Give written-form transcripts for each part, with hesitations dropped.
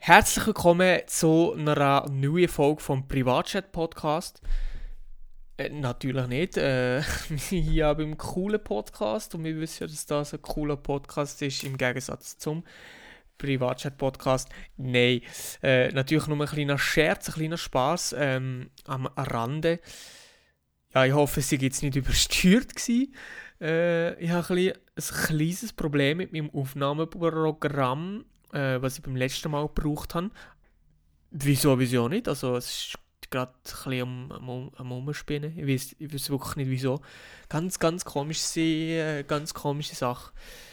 Herzlich willkommen zu einer neuen Folge vom Privatchat-Podcast. Natürlich nicht. Wir sind hier beim coolen Podcast und wir wissen ja, dass das ein cooler Podcast ist im Gegensatz zum Privatchat-Podcast. Nein, natürlich nur ein kleiner Scherz, ein kleiner Spass am Rande. Ja, ich hoffe, sie war jetzt nicht übersteuert gewesen. Ich habe ein kleines Problem mit meinem Aufnahmeprogramm, was ich beim letzten Mal gebraucht habe. Wieso nicht? Also es ist gerade ein bisschen am Umspinnen. Ich weiß wirklich nicht wieso. Ganz komische Sache.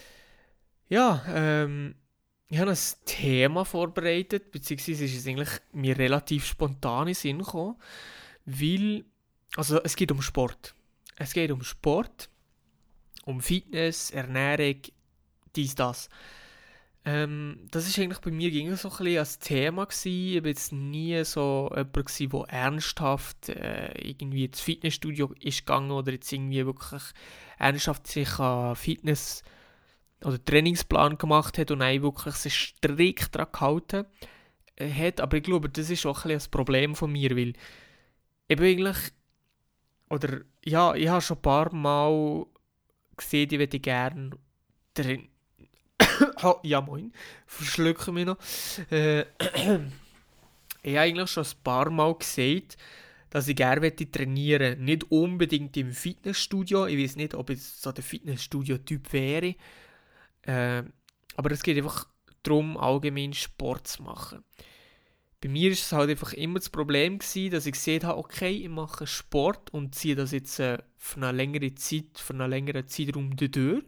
Ja, ich habe ein Thema vorbereitet, beziehungsweise ist es eigentlich mir relativ spontan in den Sinn gekommen, weil, also es geht um Sport. Es geht um Sport, um Fitness, Ernährung, dies, das. Das ist eigentlich bei mir ging so ein bisschen ein Thema gewesen. Ich war jetzt nie so jemand gewesen, der ernsthaft irgendwie ins Fitnessstudio ist gegangen oder jetzt irgendwie wirklich ernsthaft sich an Fitness- oder Trainingsplan gemacht hat und auch wirklich sich strikt daran gehalten hat. Aber ich glaube, das ist auch ein bisschen ein Problem von mir, weil ich bin eigentlich, oder ja, ich habe schon ein paar Mal gesehen, ich würde gerne drin. Ja, moin. Verschlucke mich noch. Ich habe eigentlich schon ein paar Mal gesagt, dass ich gerne trainieren möchte. Nicht unbedingt im Fitnessstudio. Ich weiß nicht, ob ich so der Fitnessstudio-Typ wäre. Aber es geht einfach darum, allgemein Sport zu machen. Bei mir war es halt einfach immer das Problem gewesen, dass ich gesehen habe, okay, ich mache Sport und ziehe das jetzt für eine längere Zeitraum durch.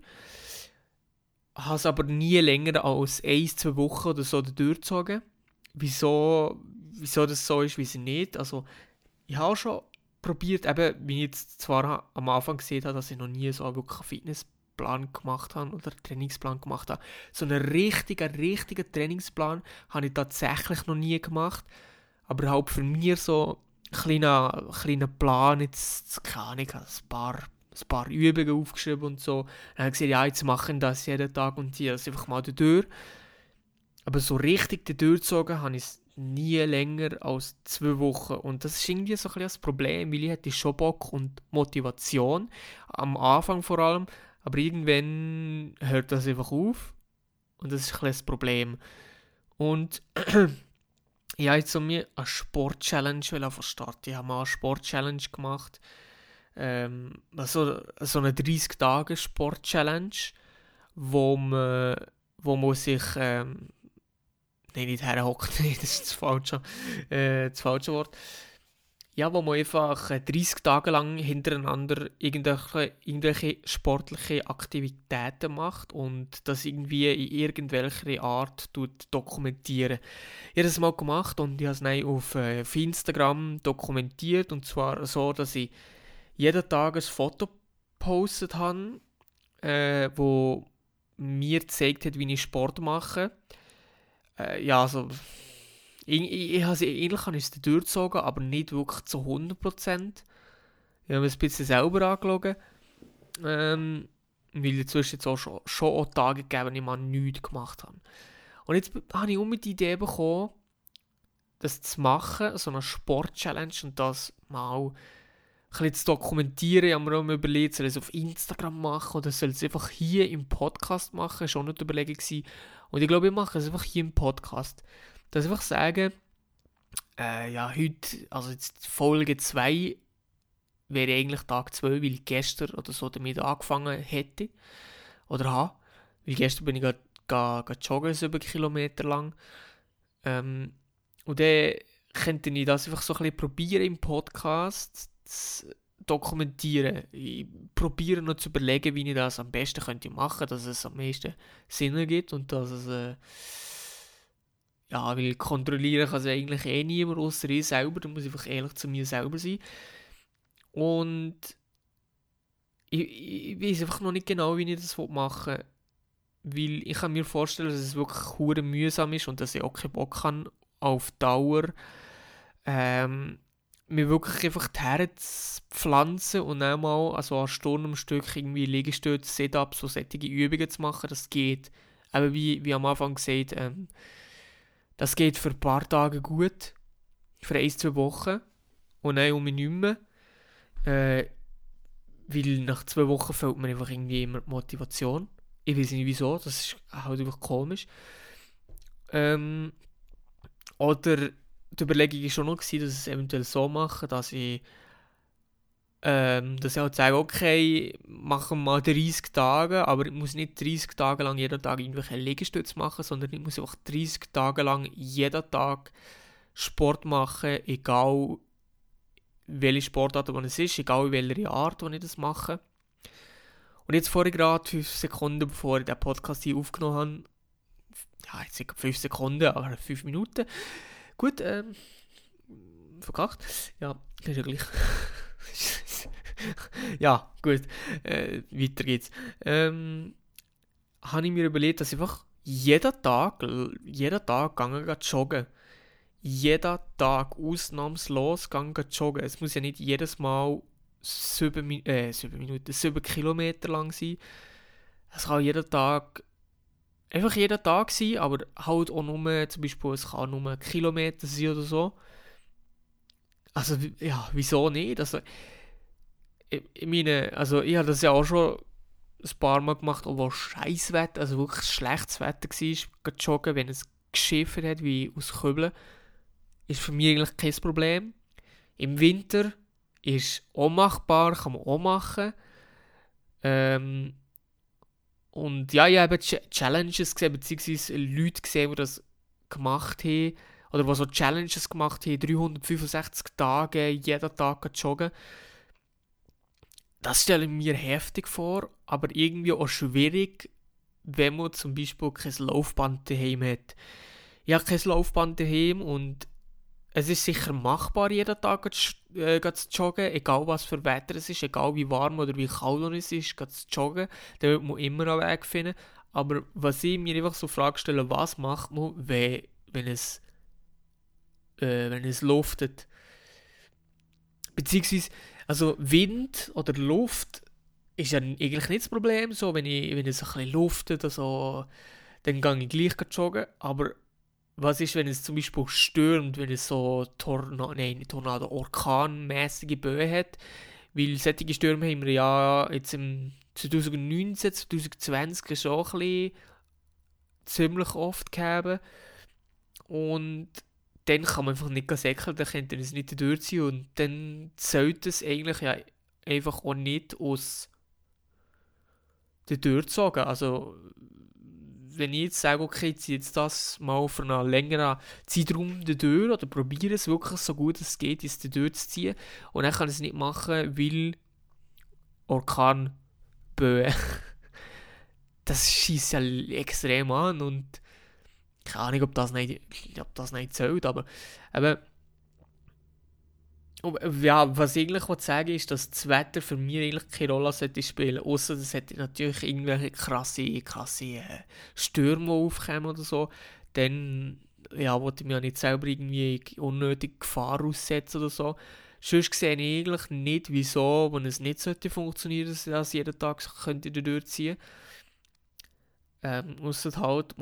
Habe es aber nie länger als 1-2 Wochen oder so durchgezogen. Wieso das so ist, weiß ich nicht. Also, ich habe schon probiert, eben, wie ich jetzt zwar am Anfang gesehen habe, dass ich noch nie so wirklich einen Fitnessplan gemacht habe oder einen Trainingsplan gemacht habe. So einen richtigen Trainingsplan habe ich tatsächlich noch nie gemacht. Aber halt für mich so ein kleiner Plan, jetzt, keine Ahnung, ein paar Übungen aufgeschrieben und so. Dann habe ich gesagt, ja, jetzt machen das jeden Tag und ziehe das einfach mal durch. Aber so richtig durchgezogen habe ich es nie länger als 2 Wochen. Und das ist irgendwie so ein bisschen das Problem, weil ich hatte schon Bock und Motivation. Am Anfang vor allem. Aber irgendwann hört das einfach auf. Und das ist ein bisschen das Problem. Und ich habe jetzt so mir eine Sport-Challenge starten. Ich habe mal eine Sport-Challenge gemacht. So eine 30-Tage-Sport-Challenge, wo man sich nein, nicht herhockt, das ist das falsche Wort. Ja, wo man einfach 30 Tage lang hintereinander irgendwelche sportliche Aktivitäten macht und das irgendwie in irgendwelcher Art dokumentieren. Ich habe das mal gemacht und ich habe es dann auf Instagram dokumentiert und zwar so, dass ich jeden Tag ein Foto gepostet habe, wo mir gezeigt hat, wie ich Sport mache. Ja, also ähnlich habe ich es durchgezogen, aber nicht wirklich zu 100%. Ich habe mir ein bisschen selber angeschaut, weil inzwischen jetzt auch schon auch Tage gegeben, wo ich mal nichts gemacht habe. Und jetzt habe ich die Idee bekommen, das zu machen, so eine Sport-Challenge und das mal ein bisschen zu dokumentieren. Ich habe mir auch überlegt, soll ich es auf Instagram machen oder soll ich es einfach hier im Podcast machen? Das war auch nicht die Überlegung gewesen. Und ich glaube, ich mache es einfach hier im Podcast. Dass ich einfach sage, ja, heute, also jetzt Folge 2 wäre eigentlich Tag 2, weil ich gestern oder so damit angefangen hätte. Oder habe. Weil gestern bin ich gerade joggen, 7 Kilometer lang. Und dann könnte ich das einfach so ein bisschen probieren im Podcast zu dokumentieren. Ich probiere noch zu überlegen, wie ich das am besten könnte machen, dass es am meisten Sinn ergibt und dass es ja, weil kontrollieren kann es eigentlich niemand außer ich selber, da muss ich einfach ehrlich zu mir selber sein. Und ich weiß einfach noch nicht genau, wie ich das machen will, weil ich kann mir vorstellen, dass es wirklich hure mühsam ist und dass ich auch keinen Bock habe auf Dauer mir wirklich einfach die Herren zu pflanzen und dann mal also eine Stunde am Stück irgendwie Liegestütze, Sit-Ups, so solche Übungen zu machen, das geht. Aber wie am Anfang gesagt, Das geht für ein paar Tage gut, für 1-2 Wochen und dann um mich nicht mehr. Weil nach 2 Wochen fehlt mir einfach irgendwie immer die Motivation. Ich weiß nicht wieso, das ist halt einfach komisch. Oder die Überlegung war schon noch, dass ich es eventuell so mache, dass ich halt sage, okay, machen wir mal 30 Tage, aber ich muss nicht 30 Tage lang jeden Tag irgendwelche Liegestütze machen, sondern ich muss einfach 30 Tage lang jeden Tag Sport machen, egal welche Sportart es ist, egal in welcher Art, ich das mache. Und jetzt vorhin gerade 5 Sekunden, bevor ich den Podcast hier aufgenommen habe, ja, jetzt sind 5 Sekunden, aber 5 Minuten. Gut, verkackt. Ja, ist ja gleich. Ja, gut. Weiter geht's. Habe ich mir überlegt, dass ich einfach jeden Tag gegangen joggen. Jeden Tag ausnahmslos gegangen joggen. Es muss ja nicht jedes Mal 7 Kilometer lang sein. Es kann jeden Tag sein, aber halt auch nur, zum Beispiel, es kann nur 1 Kilometer sein oder so. Also, ja, wieso nicht? Also, ich meine, also ich habe das ja auch schon ein paar Mal gemacht, obwohl Scheisswetter, also wirklich schlechtes Wetter war, joggen, wenn es geschiffert hat, wie aus Kübeln, ist für mich eigentlich kein Problem. Im Winter ist auch machbar, kann man auch machen. Und ja, ich habe Challenges gesehen, beziehungsweise Leute gesehen, die das gemacht haben, oder die so Challenges gemacht haben, 365 Tage, jeden Tag joggen. Das stelle ich mir heftig vor, aber irgendwie auch schwierig, wenn man zum Beispiel kein Laufband daheim hat. Ich habe kein Laufband daheim und es ist sicher machbar, jeden Tag zu joggen, egal was für Wetter es ist, egal wie warm oder wie kalt es ist, zu joggen. Da wird man immer einen Weg finden. Aber was ich mir einfach so Frage stelle, was macht man, wenn es luftet? Beziehungsweise, also Wind oder Luft ist ja eigentlich nicht das Problem. So, wenn es ein bisschen luftet, also, dann gehe ich gleich joggen. Aber was ist, wenn es zum Beispiel stürmt, wenn es so orkanmäßige Böen hat? Weil solche Stürme haben wir ja jetzt im 2019, 2020 schon ein bisschen ziemlich oft gegeben. Und dann kann man einfach nicht säckeln, dann könnte es nicht durchziehen und dann sollte es eigentlich ja einfach auch nicht aus der Tür zogen. Also, wenn ich jetzt sage, okay, ich ziehe jetzt das mal für einen längeren Zeitraum der Tür oder probiere es wirklich so gut es geht, ist die Tür zu ziehen und dann kann ich es nicht machen, weil Orkanböen. Das schießt ja extrem an und keine Ahnung, ob das nicht zählt, aber eben, ja, was ich eigentlich sagen will, ist, dass das Wetter für mich eigentlich keine Rolle sollte spielen, außer es hätte natürlich irgendwelche krasse Stürme aufkommen oder so, dann ja, wollte ich mich ja nicht selber irgendwie unnötig Gefahr aussetzen oder so. Sonst sehe ich eigentlich nicht, wieso, wenn es nicht sollte funktionieren, dass ich das jeden Tag könnte durchziehen. Ausser halt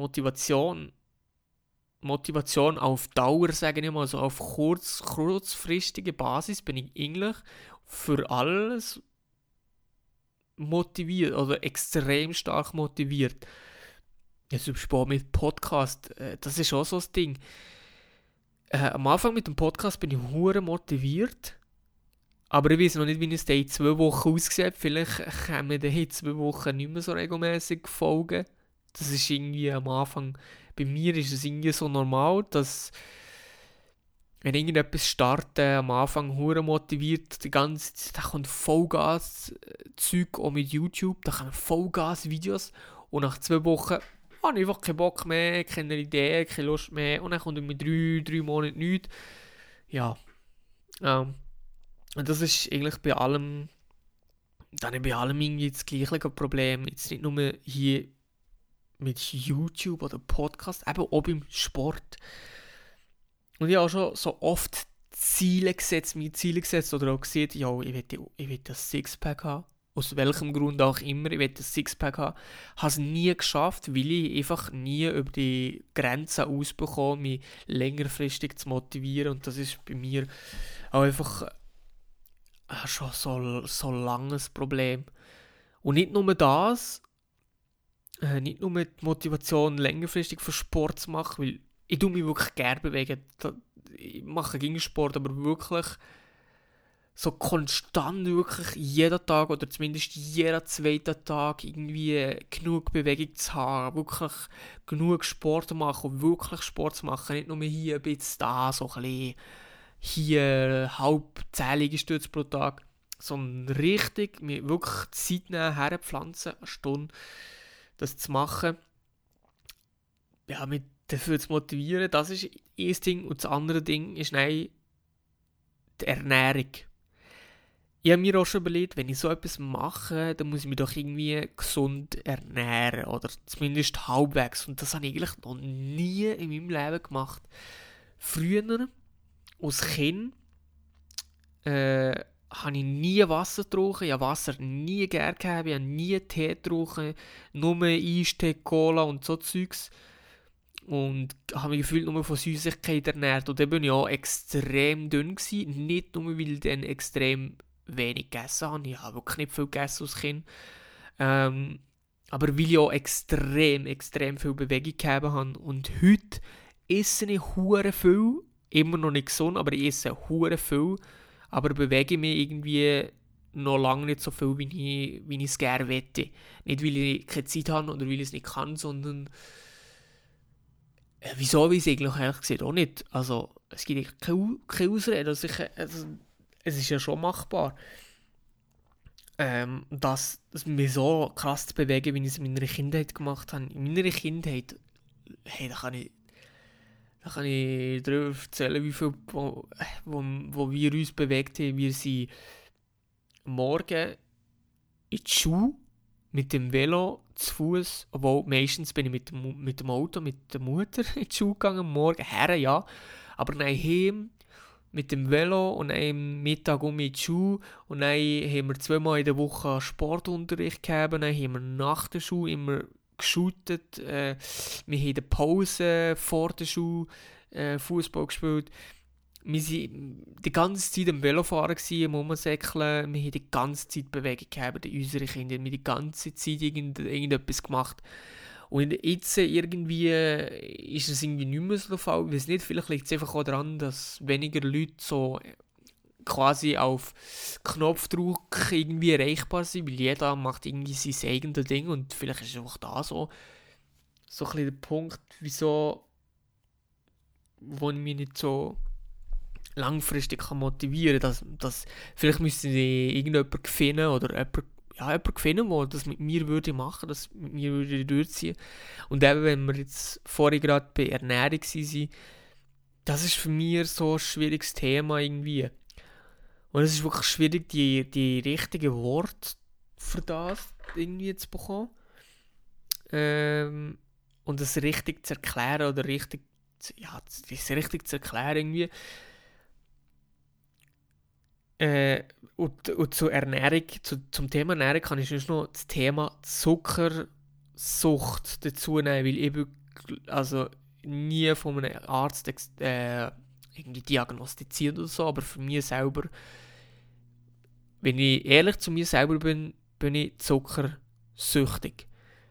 Motivation auf Dauer, sage ich mal, also auf kurzfristige Basis bin ich eigentlich für alles motiviert oder extrem stark motiviert. Jetzt zum Beispiel mit Podcast, das ist auch so das Ding. Am Anfang mit dem Podcast bin ich hure motiviert, aber ich weiß noch nicht, wie es in 2 Wochen aussieht. Vielleicht kommen dann in 2 Wochen nicht mehr so regelmäßig Folgen. Das ist irgendwie am Anfang, bei mir ist es irgendwie so normal, dass wenn irgendetwas startet, am Anfang hure motiviert, die ganze Zeit, da kommt Vollgas-Zeug auch mit YouTube, da kommen Vollgas-Videos und nach 2 Wochen habe ich einfach keinen Bock mehr, keine Idee, keine Lust mehr und dann kommt mit 3 Monaten nichts. Ja, und das ist eigentlich bei allem irgendwie das gleiche Problem, jetzt nicht nur hier mit YouTube oder Podcast, eben auch beim Sport. Und ich habe auch schon so oft mir Ziele gesetzt oder auch gesehen, ja, ich will das Sixpack haben. aus welchem Grund auch immer, ich will ein Sixpack haben, habe es nie geschafft, weil ich einfach nie über die Grenzen ausbekomme, mich längerfristig zu motivieren, und das ist bei mir auch einfach schon so langes Problem. Und nicht nur das, nicht nur die Motivation längerfristig für Sport zu machen, weil ich tue mich wirklich gerne bewegen. Ich mache Gegensport, aber wirklich so konstant, wirklich jeden Tag oder zumindest jeden zweiten Tag irgendwie genug Bewegung zu haben, wirklich genug Sport zu machen und wirklich Sport zu machen, nicht nur hier ein bisschen da, so ein bisschen hier halb 10 Liegestütze pro Tag, sondern richtig, mir wirklich Zeit nehmen, herpflanzen, eine Stunde, das zu machen, ja, mich dafür zu motivieren, das ist ein Ding. Und das andere Ding ist die Ernährung. Ich habe mir auch schon überlegt, wenn ich so etwas mache, dann muss ich mich doch irgendwie gesund ernähren, oder zumindest halbwegs. Und das habe ich eigentlich noch nie in meinem Leben gemacht. Früher, als Kind, habe ich nie Wasser getrunken, ich habe Wasser nie gerne gehabt, ich habe nie Tee getrunken, nur Eistee, Cola und so Zeugs. Und habe mich gefühlt nur von Süßigkeit ernährt. Und dann war ich auch extrem dünn gewesen. Nicht nur, weil ich dann extrem wenig gegessen habe. Ich habe wirklich nicht viel gegessen als Kind. Aber weil ich auch extrem viel Bewegung gehabt habe. Und heute esse ich hure viel. Immer noch nicht gesund, aber ich esse hure viel. Aber bewege mich irgendwie noch lange nicht so viel, wie ich es gerne wette. Nicht, weil ich keine Zeit habe oder weil ich es nicht kann, sondern wieso weiß ich eigentlich ehrlich gesagt auch nicht. Also, es gibt keine Ausrede. Also, es ist ja schon machbar, dass mich so krass zu bewegen, wie ich es in meiner Kindheit gemacht habe. In meiner Kindheit, hey, da kann ich darüber erzählen, wie viel, wo wir uns bewegt haben. Wir sind morgen in die Schule mit dem Velo zu Fuß, obwohl meistens bin ich mit dem Auto, mit der Mutter in die Schule gegangen, morgen her, ja, aber dann heim mit dem Velo und dann am Mittag in die Schule, und dann haben wir 2-mal in der Woche Sportunterricht gehabt, dann haben wir nach der Schule immer geshootet, wir haben in der Pause vor der Schule Fußball gespielt. Wir waren die ganze Zeit am Velofahren, am Rumsäckeln, wir haben die ganze Zeit Bewegung gehabt in unseren Kindern, wir haben die ganze Zeit irgendetwas gemacht. Und jetzt irgendwie ist es irgendwie nicht mehr so der Fall. Ich weiß nicht, vielleicht liegt es einfach auch daran, dass weniger Leute so quasi auf Knopfdruck irgendwie erreichbar sind, weil jeder macht irgendwie sein eigenes Ding, und vielleicht ist es einfach da so ein bisschen der Punkt, wieso wo ich mich nicht so langfristig motivieren kann, dass vielleicht müsste ich irgendjemanden finden oder jemanden finden, der das mit mir würde machen, das mit mir würde durchziehen. Und eben, wenn wir jetzt vorhin gerade bei Ernährung waren, das ist für mich so ein schwieriges Thema irgendwie. Und es ist wirklich schwierig, die richtigen Worte für das irgendwie zu bekommen. Und das richtig zu erklären oder das richtig zu erklären irgendwie. Und zur Ernährung, zum Thema Ernährung kann ich noch das Thema Zuckersucht dazu nehmen, weil ich nie von einem Arzt irgendwie diagnostiziert oder so, aber für mich selber, wenn ich ehrlich zu mir selber bin ich zuckersüchtig.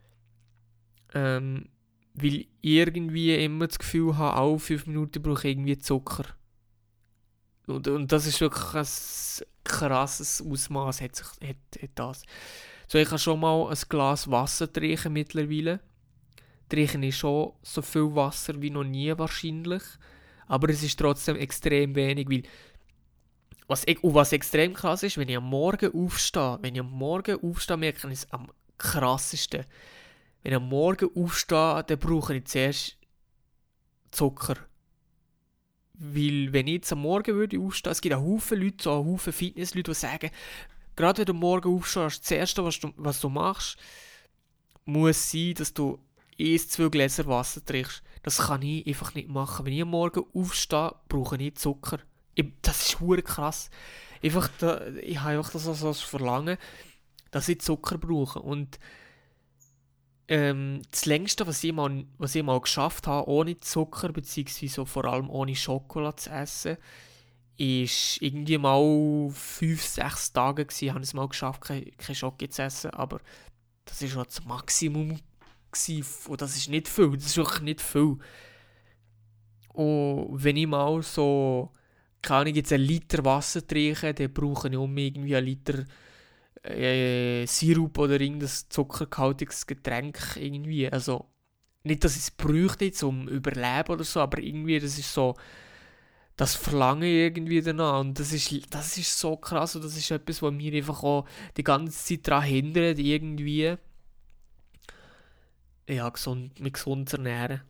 Weil ich irgendwie immer das Gefühl habe, alle 5 Minuten brauche ich irgendwie Zucker. Und das ist wirklich ein krasses Ausmaß hat das. So, ich kann schon mal ein Glas Wasser trinken mittlerweile. Trinke ich schon so viel Wasser wie noch nie wahrscheinlich. Aber es ist trotzdem extrem wenig, weil was extrem krass ist, wenn ich am Morgen aufstehe, merke ich es am krassesten. Wenn ich am Morgen aufstehe, dann brauche ich zuerst Zucker. Weil wenn ich jetzt am Morgen würde aufstehen, es gibt einen Haufen Leute, so einen Haufen Fitnessleute, die sagen, gerade wenn du am Morgen aufstehst, das Erste, was du machst, muss sein, dass du 1-2 Gläser Wasser trinkst. Das kann ich einfach nicht machen. Wenn ich am Morgen aufstehe, brauche ich Zucker. Das ist verdammt krass. Ich habe einfach das Verlangen, dass ich Zucker brauche. Und das Längste, was ich mal geschafft habe, ohne Zucker, beziehungsweise vor allem ohne Schokolade zu essen, ist irgendwie mal 5-6 Tage gewesen, habe ich es mal geschafft, kein Schokolade zu essen, aber das war schon das Maximum gewesen, und das ist nicht viel, das ist wirklich nicht viel. Und wenn ich mal so, keine Ahnung, jetzt 1 Liter Wasser trinke, dann brauche ich irgendwie 1 Liter Sirup oder irgendein zuckergehaltiges Getränk irgendwie. Also, nicht, dass ich es bräuchte, zum Überleben oder so, aber irgendwie, das ist so, das verlange ich irgendwie danach. Und das ist so krass, und das ist etwas, was mir einfach auch die ganze Zeit daran hindert, irgendwie mich gesund zu ernähren.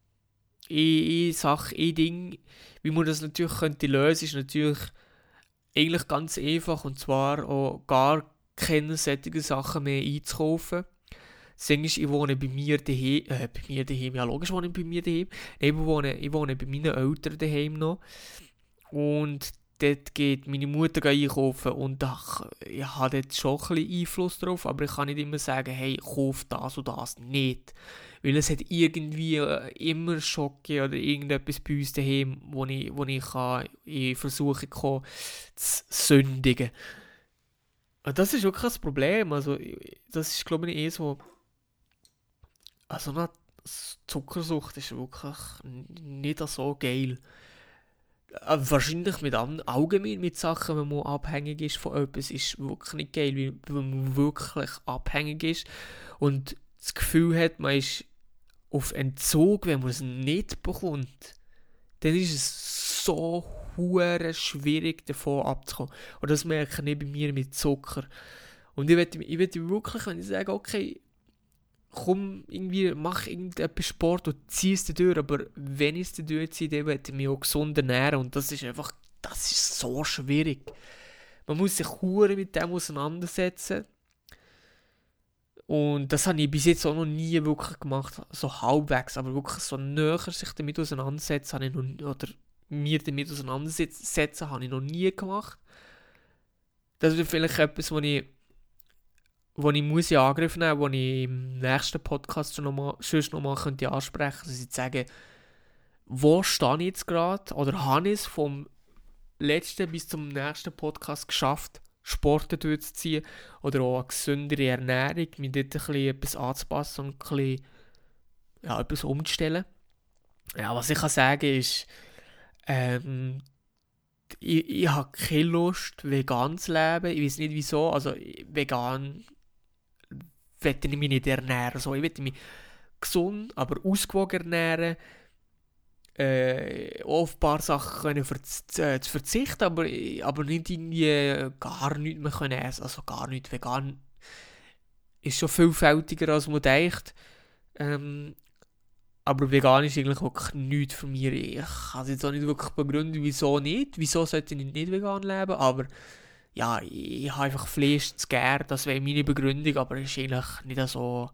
Ein Ding, wie man das natürlich könnte lösen, ist natürlich eigentlich ganz einfach, und zwar auch gar keine solchen Sachen mehr einzukaufen. Das Ding ist, ich wohne bei mir daheim, ja logisch wohne ich bei mir daheim. Ich wohne bei meinen Eltern daheim noch. Und dort geht meine Mutter einkaufen, und ich habe dort schon ein bisschen Einfluss drauf, aber ich kann nicht immer sagen, hey, kauf das und das nicht. Weil es hat irgendwie immer Schocke oder irgendetwas bei uns daheim, wo ich in Versuche komme, zu sündigen. Und das ist wirklich ein Problem. Also, das ist, glaube ich, so. Also, eine Zuckersucht ist wirklich nicht so geil. Wahrscheinlich allgemein mit Sachen, wenn man abhängig ist von etwas, ist wirklich nicht geil, weil man wirklich abhängig ist und das Gefühl hat, man ist auf Entzug, wenn man es nicht bekommt. Dann ist es so hure schwierig, davon abzukommen. Und das merke ich bei mir mit Zucker. Und ich will wirklich, wenn ich sage, okay, komm, irgendwie, mach irgendetwas Sport und zieh es durch, aber wenn ich es durchziehe, dann will ich mich auch gesund ernähren, und das ist so schwierig. Man muss sich hure mit dem auseinandersetzen, und das habe ich bis jetzt auch noch nie wirklich gemacht, so halbwegs, aber wirklich so näher sich damit auseinandersetzen, habe ich noch, oder mir damit auseinandersetzen, habe ich noch nie gemacht. Das ist vielleicht etwas, wo ich muss in Angriff nehmen, wo ich im nächsten Podcast sonst noch mal könnte ansprechen könnte, dass ich sage, wo stehe ich jetzt gerade, oder habe ich es vom letzten bis zum nächsten Podcast geschafft, Sport durchzuziehen oder auch eine gesündere Ernährung, mir dort ein bisschen etwas anzupassen und ein bisschen, etwas umzustellen. Ja, was ich kann sagen ist, ich habe keine Lust, vegan zu leben. Ich weiß nicht wieso, also vegan möchte ich mich nicht ernähren. So, ich möchte mich gesund, aber ausgewogen ernähren. Auf ein paar Sachen können zu verzichten, aber nicht irgendwie gar nichts mehr können essen. Also gar nicht. Vegan ist schon vielfältiger, als man denkt. Aber vegan ist eigentlich wirklich nichts für mich. Ich kann es jetzt auch nicht wirklich begründen, wieso nicht. Wieso sollte ich nicht vegan leben? Aber ja, ich habe einfach Fleisch zu gern. Das wäre meine Begründung, aber es ist eigentlich nicht so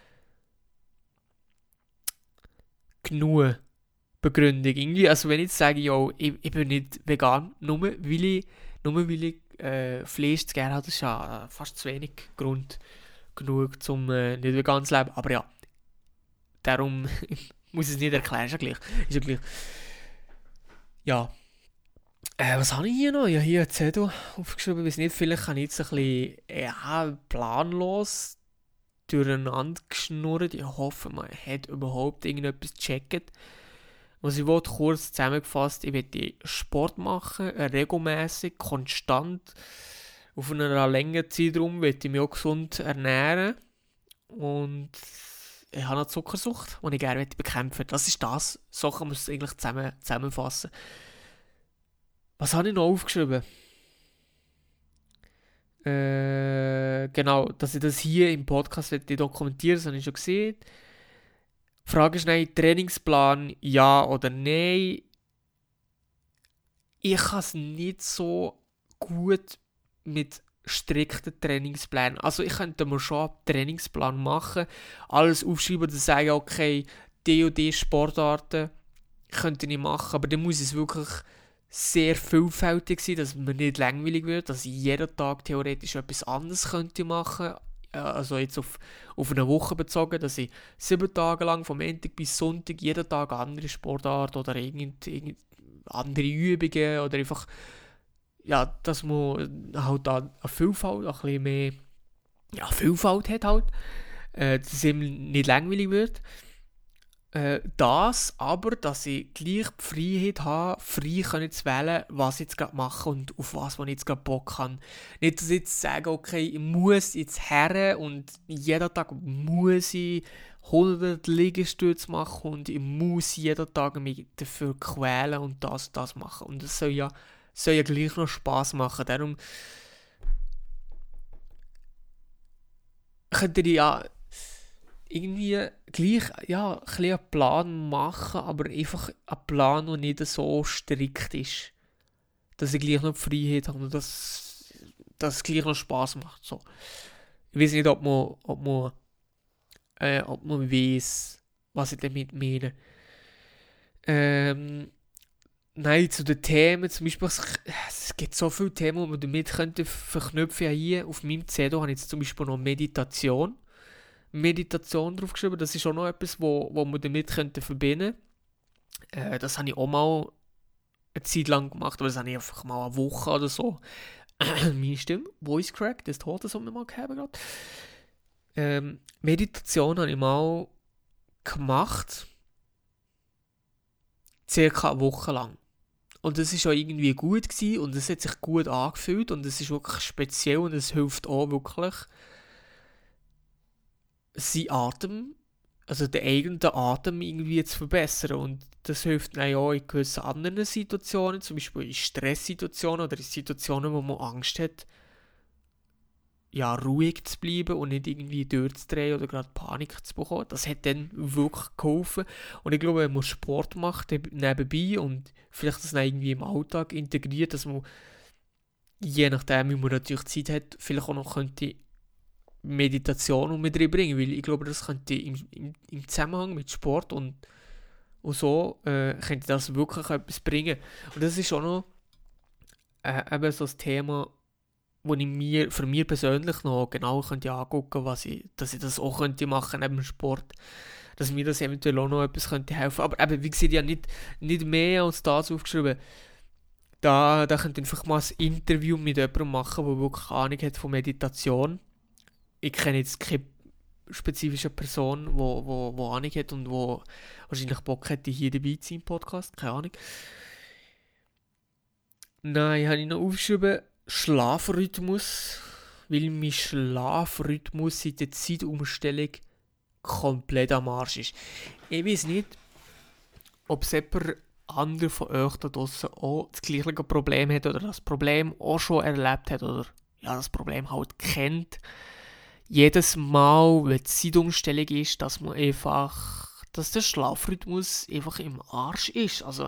genug Begründung. Irgendwie, also wenn ich jetzt sage, ich bin nicht vegan, nur weil ich Fleisch zu gern habe, das ist ja fast zu wenig Grund genug, um nicht vegan zu leben. Aber ja, darum muss ich es nicht erklären, ist ja gleich. Ja. Was habe ich hier noch? Ich habe hier einen Zettel aufgeschrieben, weiß nicht, vielleicht kann ich jetzt ein bisschen planlos durcheinander geschnurrt. Ich hoffe, man hat überhaupt irgendetwas gecheckt. Was ich wollte, kurz zusammengefasst, ich will Sport machen, regelmäßig, konstant, auf einer längeren Zeitraum will ich mich auch gesund ernähren und ich habe eine Zuckersucht, die ich gerne bekämpfen möchte. Das ist das, so kann man es eigentlich zusammenfassen. Was habe ich noch aufgeschrieben? Genau, dass ich das hier im Podcast dokumentiere, das habe ich schon gesehen. Die Frage ist, Trainingsplan, ja oder nein. Ich kann es nicht so gut mit strikten Trainingsplänen. Also ich könnte mir schon einen Trainingsplan machen, alles aufschreiben und sagen, okay, die und die Sportarten könnte ich machen, aber dann muss ich es wirklich sehr vielfältig sein, dass mir nicht langweilig wird, dass ich jeden Tag theoretisch etwas anderes könnte machen. Also jetzt auf eine Woche bezogen, dass ich 7 Tage lang, vom Montag bis Sonntag, jeden Tag eine andere Sportart oder irgend andere Übungen oder einfach, ja, dass man halt da eine Vielfalt, ein bisschen mehr, ja, Vielfalt hat halt, dass es eben nicht langweilig wird. Das aber, dass ich gleich die Freiheit habe, frei können zu wählen, was ich jetzt gerade mache und auf was ich jetzt gerade Bock habe. Nicht, dass ich jetzt sage, okay, ich muss jetzt her und jeden Tag muss ich 100 Liegestütze machen und ich muss jeden Tag mich dafür quälen und das machen. Und das soll ja gleich noch Spass machen. Darum könnte ich ja irgendwie gleich, ja, ein bisschen einen Plan machen, aber einfach einen Plan, der nicht so strikt ist. Dass ich gleich noch die Freiheit habe und dass es gleich noch Spass macht. So. Ich weiß nicht, ob man weiss, was ich damit meine. Nein, zu den Themen, zum Beispiel, es gibt so viele Themen, die man damit verknüpfen könnte. Hier auf meinem CD habe ich jetzt zum Beispiel noch Meditation draufgeschrieben. Das ist auch noch etwas, wo man damit verbinden könnte. Das habe ich auch mal eine Zeit lang gemacht, aber das habe ich einfach mal eine Woche oder so. Meine Stimme, Voice Crack, das Tote, das wir mal gehabt gerade. Meditation habe ich mal gemacht. Circa eine Woche lang. Und das war auch irgendwie gut gewesen und es hat sich gut angefühlt und es ist wirklich speziell und es hilft auch wirklich, seinen Atem, also den eigenen Atem irgendwie zu verbessern. Und das hilft dann auch in gewissen anderen Situationen, zum Beispiel in Stresssituationen oder in Situationen, wo man Angst hat, ja, ruhig zu bleiben und nicht irgendwie durchzudrehen oder gerade Panik zu bekommen. Das hat dann wirklich geholfen. Und ich glaube, wenn man Sport macht nebenbei und vielleicht das dann irgendwie im Alltag integriert, dass man, je nachdem, wie man natürlich Zeit hat, vielleicht auch noch könnte Meditation mit reinbringen, weil ich glaube, das könnte im Zusammenhang mit Sport und so könnte das wirklich etwas bringen. Und das ist auch noch eben so ein Thema, wo ich für mich persönlich noch genau könnte angucken, dass ich das auch könnte machen neben dem Sport, dass mir das eventuell auch noch etwas könnte helfen. Aber eben, wie gesagt, ja nicht mehr als das aufgeschrieben. Da könnte ich einfach mal ein Interview mit jemandem machen, der wirklich Ahnung hat von Meditation. Ich kenne jetzt keine spezifische Person, die Ahnung hat und die wahrscheinlich Bock hätte, hier dabei zu sein im Podcast. Keine Ahnung. Nein, habe ich noch aufgeschrieben, Schlafrhythmus, weil mein Schlafrhythmus seit der Zeitumstellung komplett am Arsch ist. Ich weiß nicht, ob es jemand anderer von euch da draussen auch das gleiche Problem hat oder das Problem auch schon erlebt hat oder ja, das Problem halt kennt. Jedes Mal, wenn die Zeitumstellung ist, dass der Schlafrhythmus einfach im Arsch ist. Also,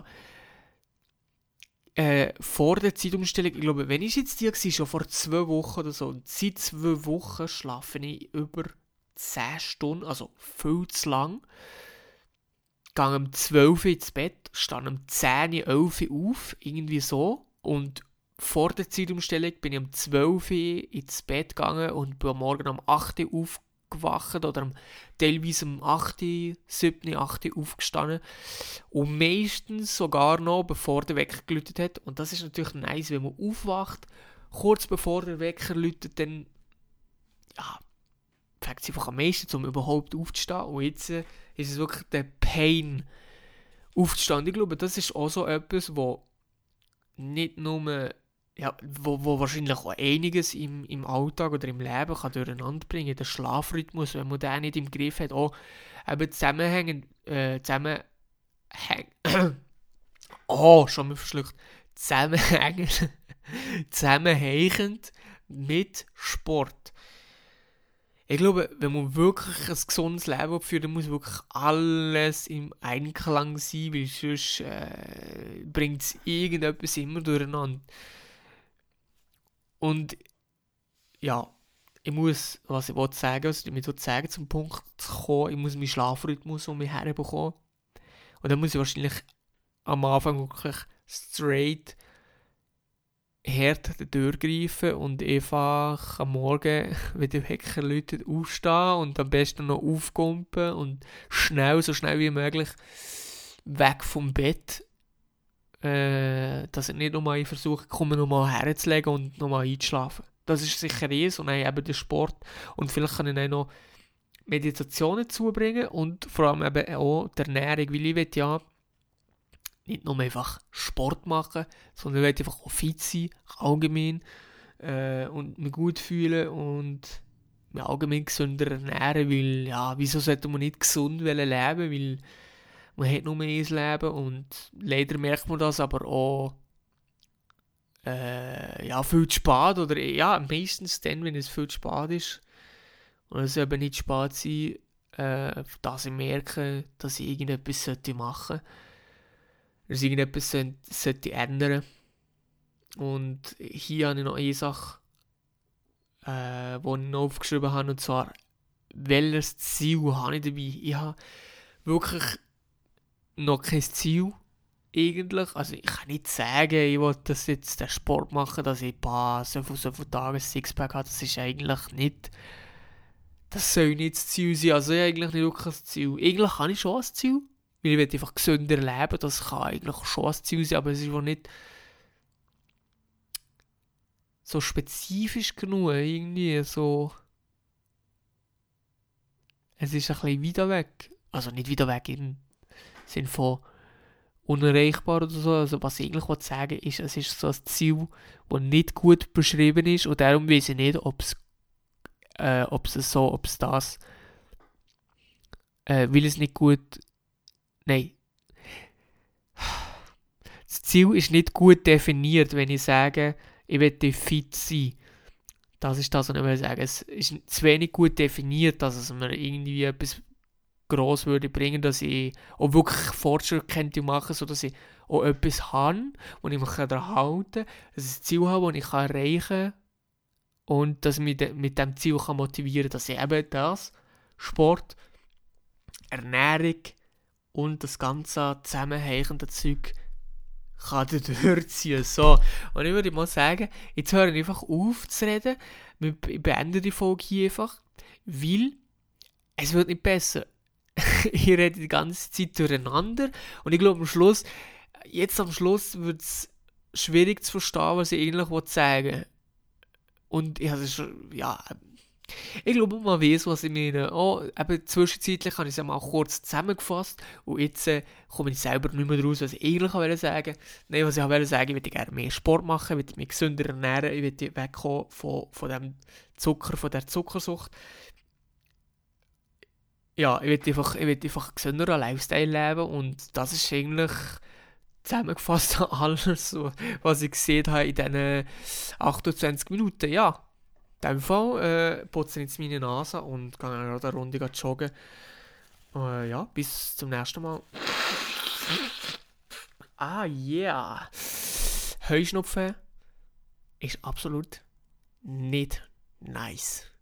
vor der Zeitumstellung, ich glaube, wenn ich jetzt die war, schon vor 2 Wochen oder so, und seit 2 Wochen schlafe ich über 10 Stunden, also viel zu lang. Gehe um 12 Uhr ins Bett, stehe um 10 Uhr, 11 Uhr auf, irgendwie so. Und vor der Zeitumstellung bin ich um 12 Uhr ins Bett gegangen und bin am Morgen um 8 Uhr aufgewacht oder teilweise um 8 Uhr, 7 Uhr, 8 Uhr aufgestanden. Und meistens sogar noch, bevor der Wecker geläutet hat. Und das ist natürlich nice, wenn man aufwacht, kurz bevor der Wecker läutet, dann ja, fängt es einfach am meisten, um überhaupt aufzustehen. Und jetzt ist es wirklich der Pain aufzustehen. Und ich glaube, das ist auch so etwas, wo nicht nur, ja, wo wahrscheinlich auch einiges im Alltag oder im Leben kann durcheinander bringen. Der Schlafrhythmus, wenn man den nicht im Griff hat, auch eben zusammenhängend, schon mal verschluckt, zusammenhängend mit Sport. Ich glaube, wenn man wirklich ein gesundes Leben führt, dann muss wirklich alles im Einklang sein, weil sonst bringt es irgendetwas immer durcheinander. Und ja, was ich sagen, was ich damit sagen, zum Punkt zu kommen, ich muss meinen Schlafrhythmus um mich herbekommen. Und dann muss ich wahrscheinlich am Anfang wirklich straight hart durchgreifen und einfach am Morgen, wenn der Wecker läutet, aufstehen und am besten noch aufkumpen und so schnell wie möglich weg vom Bett, dass ich nicht nochmal versuche, nochmal herzulegen und nochmal einzuschlafen. Das ist sicher und dann eben der Sport und vielleicht kann ich dann noch Meditationen zubringen und vor allem eben auch die Ernährung, weil ich will ja nicht nur einfach Sport machen, sondern ich will einfach auch fit sein, allgemein, und mich gut fühlen und mich allgemein gesünder ernähren, weil, ja, wieso sollte man nicht gesund leben, weil man hat nur ein Leben und leider merkt man das aber auch, viel zu spät oder, ja, meistens dann, wenn es viel zu spät ist und es eben nicht spät sein, dass ich merke, dass ich irgendetwas machen sollte. Dass ich irgendetwas sollte ändern. Und hier habe ich noch eine Sache, die ich noch aufgeschrieben habe, und zwar, welches Ziel habe ich dabei? Ich habe wirklich noch kein Ziel, eigentlich. Also ich kann nicht sagen, ich will das jetzt den Sport machen, dass ich so viele Tage ein Sixpack habe. Das ist eigentlich nicht... Das soll nicht das Ziel sein. Also ich habe eigentlich nicht wirklich ein Ziel. Eigentlich habe ich schon ein Ziel. Weil ich will einfach gesünder leben, das kann eigentlich schon ein Ziel sein, aber es ist auch nicht so spezifisch genug, irgendwie so... Es ist ein bisschen weiter weg. Also nicht weiter weg im Sinne von unerreichbar oder so. Also was ich eigentlich sagen will, ist, es ist so ein Ziel, das nicht gut beschrieben ist und darum weiß ich nicht, weil es nicht gut... Nein. Das Ziel ist nicht gut definiert, wenn ich sage, ich will fit sein. Das ist das, was ich will sagen. Es ist zu wenig gut definiert, dass es mir irgendwie etwas gross würde bringen, dass ich auch wirklich Fortschritt könnte machen, sodass ich auch etwas habe, wo ich mich daran halten kann, dass ich ein Ziel habe, das ich erreichen kann und dass ich mich mit diesem Ziel motivieren kann, dass ich eben das, Sport, Ernährung und das ganze zusammenhängende Zeug kann durchziehen. So. Und ich würde mal sagen, jetzt höre ich einfach auf zu reden. Ich beende die Folge hier einfach, weil es wird nicht besser. Ich rede die ganze Zeit durcheinander und ich glaube am Schluss wird es schwierig zu verstehen, was ich eigentlich sagen will. Und ich habe es schon, ja... Ich glaube, man weiß, was ich meine. Eben zwischenzeitlich habe ich es mal kurz zusammengefasst und jetzt komme ich selber nicht mehr raus, was ich eigentlich sagen wollte. Nein, was ich wollte sagen, ich würde gerne mehr Sport machen, ich würde mich gesünder ernähren, ich würde wegkommen von dem Zucker, von der Zuckersucht. Ja, ich will einfach gesünderen Lifestyle leben und das ist eigentlich zusammengefasst alles, was ich gesehen habe in diesen 28 Minuten. Ja. In dem Fall putze ich jetzt meine Nase und gehe eine Runde joggen. Ja, bis zum nächsten Mal. Yeah. Heuschnupfen ist absolut nicht nice.